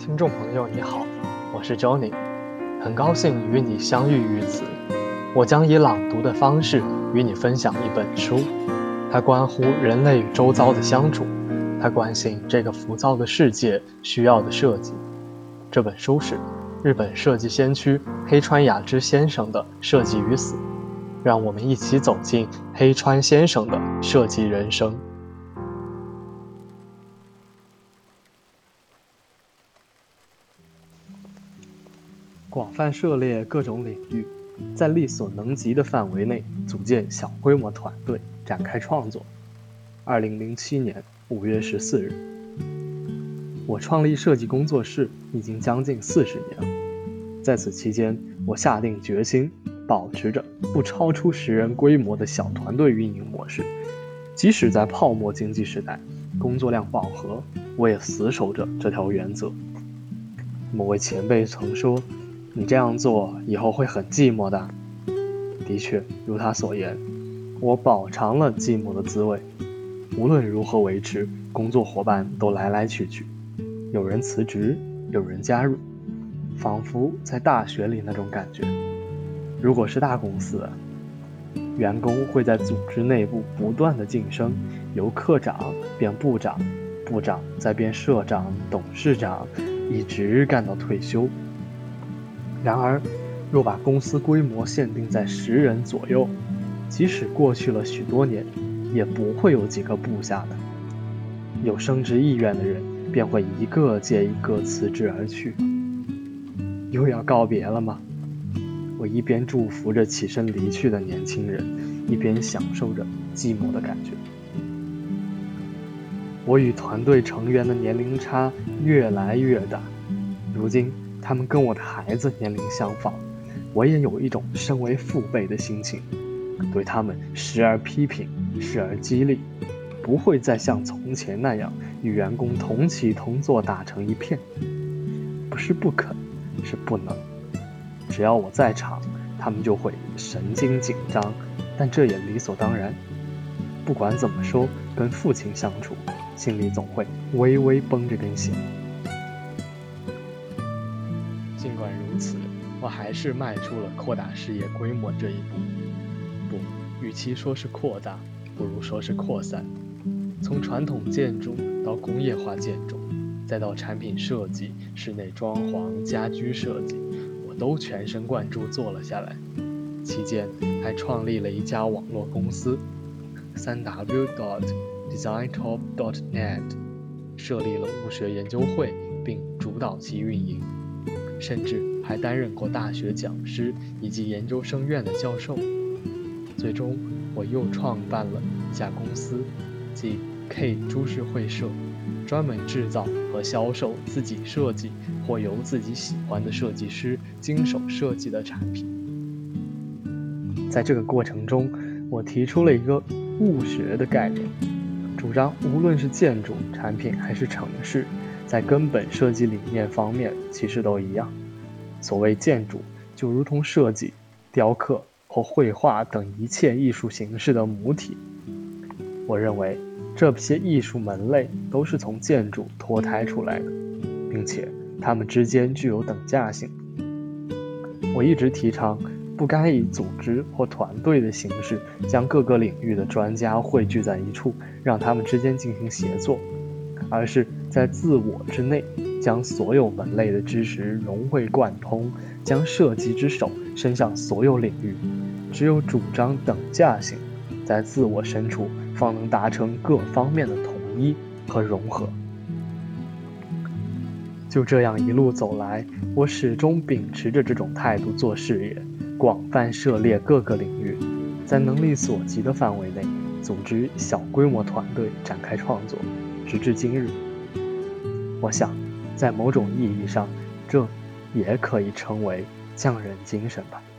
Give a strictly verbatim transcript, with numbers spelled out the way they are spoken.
听众朋友你好，我是 Johnny， 很高兴与你相遇于此。我将以朗读的方式与你分享一本书，它关乎人类与周遭的相处，它关心这个浮躁的世界需要的设计。这本书是日本设计先驱黑川雅之先生的《设计与死》，让我们一起走进黑川先生的设计人生。广泛涉猎各种领域，在力所能及的范围内组建小规模团队，展开创作。二零零七年五月十四日，我创立设计工作室已经将近四十年了。在此期间，我下定决心，保持着不超出十人规模的小团队运营模式。即使在泡沫经济时代，工作量饱和，我也死守着这条原则。某位前辈曾说，你这样做以后会很寂寞的。的确，如他所言，我饱尝了寂寞的滋味。无论如何维持，工作伙伴都来来去去，有人辞职，有人加入，仿佛在大学里那种感觉。如果是大公司，员工会在组织内部不断的晋升，由科长变部长，部长再变社长、董事长，一直干到退休。然而，若把公司规模限定在十人左右，即使过去了许多年，也不会有几个部下的。有升职意愿的人便会一个接一个辞职而去。又要告别了吗？我一边祝福着起身离去的年轻人，一边享受着寂寞的感觉。我与团队成员的年龄差越来越大，如今他们跟我的孩子年龄相仿，我也有一种身为父辈的心情，对他们时而批评，时而激励，不会再像从前那样与员工同起同坐打成一片。不是不肯，是不能。只要我在场，他们就会神经紧张，但这也理所当然。不管怎么说，跟父亲相处，心里总会微微绷着根弦。尽管如此，我还是迈出了扩大事业规模这一步。不，与其说是扩大，不如说是扩散。从传统建筑到工业化建筑，再到产品设计、室内装潢、家居设计，我都全神贯注做了下来。期间还创立了一家网络公司 三 w dot design top dot net， 设立了物学研究会并主导其运营，甚至还担任过大学讲师以及研究生院的教授。最终我又创办了一家公司，即 K 株式会社，专门制造和销售自己设计或由自己喜欢的设计师经手设计的产品。在这个过程中，我提出了一个物学的概念，主张无论是建筑、产品还是城市，在根本设计理念方面其实都一样。所谓建筑，就如同设计、雕刻或绘画等一切艺术形式的母体。我认为这些艺术门类都是从建筑脱胎出来的，并且它们之间具有等价性。我一直提倡不该以组织或团队的形式将各个领域的专家汇聚在一处，让他们之间进行协作，而是在自我之内将所有门类的知识融会贯通，将设计之手伸向所有领域。只有主张等价性，在自我深处方能达成各方面的统一和融合。就这样一路走来，我始终秉持着这种态度做事业，广泛涉猎各个领域，在能力所及的范围内组织小规模团队展开创作，直至今日。我想在某种意义上，这也可以称为匠人精神吧。